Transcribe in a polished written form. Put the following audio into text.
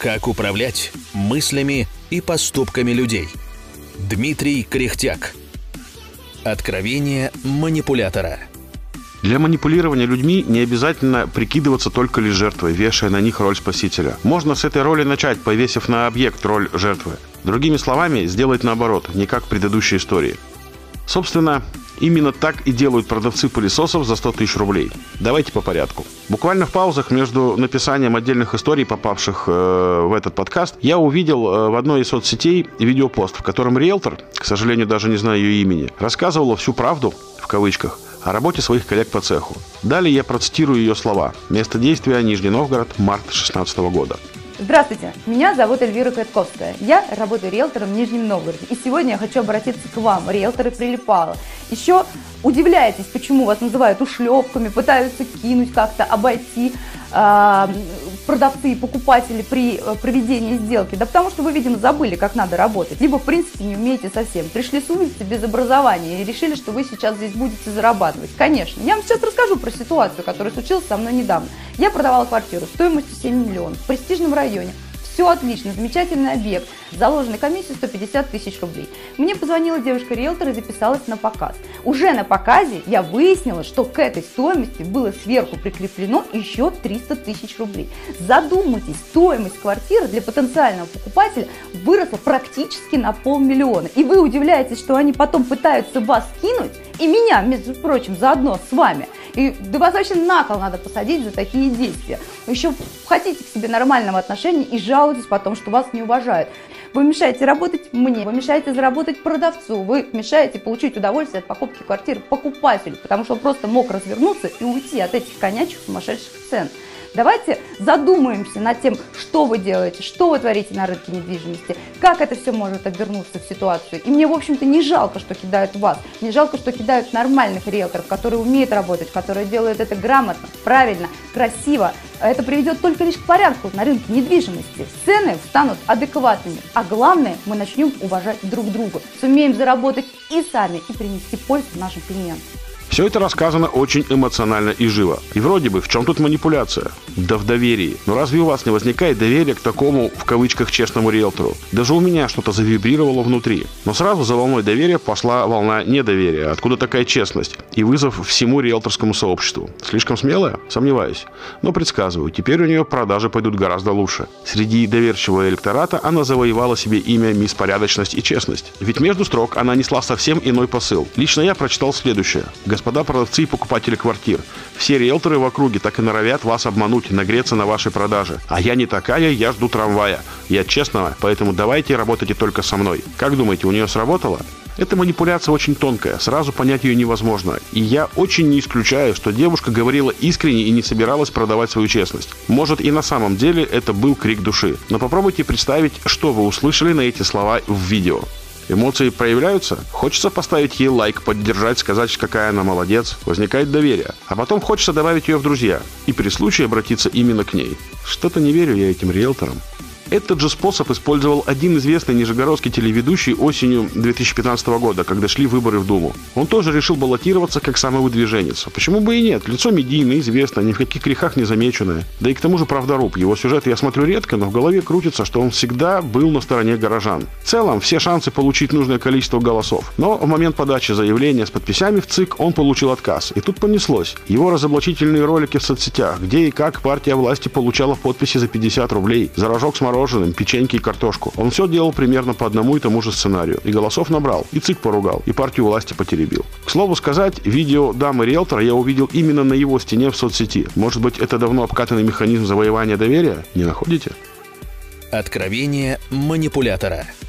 Как управлять мыслями и поступками людей. Дмитрий Кряхтяк. Откровение манипулятора. Для манипулирования людьми не обязательно прикидываться только лишь жертвой, вешая на них роль спасителя. Можно с этой роли начать, повесив на объект роль жертвы. Другими словами, сделать наоборот, не как в предыдущей истории. Собственно, именно так и делают продавцы пылесосов за 100 тысяч рублей. Давайте по порядку. Буквально в паузах между написанием отдельных историй, попавших в этот подкаст, я увидел в одной из соцсетей видеопост, в котором риэлтор, к сожалению, даже не знаю ее имени, рассказывала всю правду, в кавычках, о работе своих коллег по цеху. Далее я процитирую ее слова. Место действия: Нижний Новгород, март 2016 года. Здравствуйте, меня зовут Эльвира Катковская. Я работаю риэлтором в Нижнем Новгороде. И сегодня я хочу обратиться к вам, риэлторы Прилипало. Еще удивляетесь, почему вас называют ушлепками, пытаются кинуть, как-то обойти продавцы и покупатели при проведении сделки. Да потому что вы, видимо, забыли, как надо работать. Либо, в принципе, не умеете совсем. Пришли с улицы без образования и решили, что вы сейчас здесь будете зарабатывать. Конечно. Я вам сейчас расскажу про ситуацию, которая случилась со мной недавно. Я продавала квартиру стоимостью 7 миллионов в престижном районе. Все отлично, замечательный объект. Заложенной комиссией 150 тысяч рублей. Мне позвонила девушка-риэлтор и записалась на показ. Уже на показе я выяснила, что к этой стоимости было сверху прикреплено еще 300 тысяч рублей. Задумайтесь, стоимость квартиры для потенциального покупателя выросла практически на 500 000. И вы удивляетесь, что они потом пытаются вас кинуть, и меня, между прочим, заодно с вами. И да вас вообще на кол надо посадить за такие действия. Вы еще хотите к себе нормального отношения и жалуетесь потом, что вас не уважают. Вы мешаете работать мне, вы мешаете заработать продавцу, вы мешаете получить удовольствие от покупки квартиры покупателю, потому что он просто мог развернуться и уйти от этих конячьих сумасшедших цен. Давайте задумаемся над тем, что вы делаете, что вы творите на рынке недвижимости, как это все может обернуться в ситуацию. И мне, в общем-то, не жалко, что кидают вас, не жалко, что кидают нормальных риэлторов, которые умеют работать, которые делают это грамотно, правильно, красиво. Это приведет только лишь к порядку на рынке недвижимости. Цены станут адекватными, а главное, мы начнем уважать друг друга, сумеем заработать и сами, и принести пользу нашим клиентам. Все это рассказано очень эмоционально и живо. И вроде бы, в чем тут манипуляция? Да в доверии. Но разве у вас не возникает доверия к такому, в кавычках, честному риэлтору? Даже у меня что-то завибрировало внутри. Но сразу за волной доверия пошла волна недоверия. Откуда такая честность? И вызов всему риэлторскому сообществу. Слишком смелая? Сомневаюсь. Но предсказываю, теперь у нее продажи пойдут гораздо лучше. Среди доверчивого электората она завоевала себе имя «Мисс Порядочность и Честность». Ведь между строк она несла совсем иной посыл. Лично я прочитал следующее. Господа продавцы и покупатели квартир, все риэлторы в округе так и норовят вас обмануть, нагреться на вашей продаже. А я не такая, я жду трамвая. Я честного, поэтому давайте работайте только со мной. Как думаете, у нее сработало? Эта манипуляция очень тонкая, сразу понять ее невозможно. И я очень не исключаю, что девушка говорила искренне и не собиралась продавать свою честность. Может, и на самом деле это был крик души. Но попробуйте представить, что вы услышали на эти слова в видео. Эмоции проявляются? Хочется поставить ей лайк, поддержать, сказать, какая она молодец. Возникает доверие. А потом хочется добавить ее в друзья. И при случае обратиться именно к ней. Что-то не верю я этим риэлторам. Этот же способ использовал один известный нижегородский телеведущий осенью 2015 года, когда шли выборы в Думу. Он тоже решил баллотироваться как самовыдвиженец. Почему бы и нет? Лицо медийное, известное, ни в каких грехах не замеченное. Да и к тому же правдоруб. Его сюжет я смотрю редко, но в голове крутится, что он всегда был на стороне горожан. В целом, все шансы получить нужное количество голосов. Но в момент подачи заявления с подписями в ЦИК он получил отказ. И тут понеслось. Его разоблачительные ролики в соцсетях, где и как партия власти получала подписи за 50 рублей, за рожок с мороженым, печеньки и картошку. Он все делал примерно по одному и тому же сценарию. И голосов набрал, и ЦИК поругал, и партию власти потеребил. К слову сказать, видео дамы-риэлтора я увидел именно на его стене в соцсети. Может быть, это давно обкатанный механизм завоевания доверия? Не находите? Откровение манипулятора.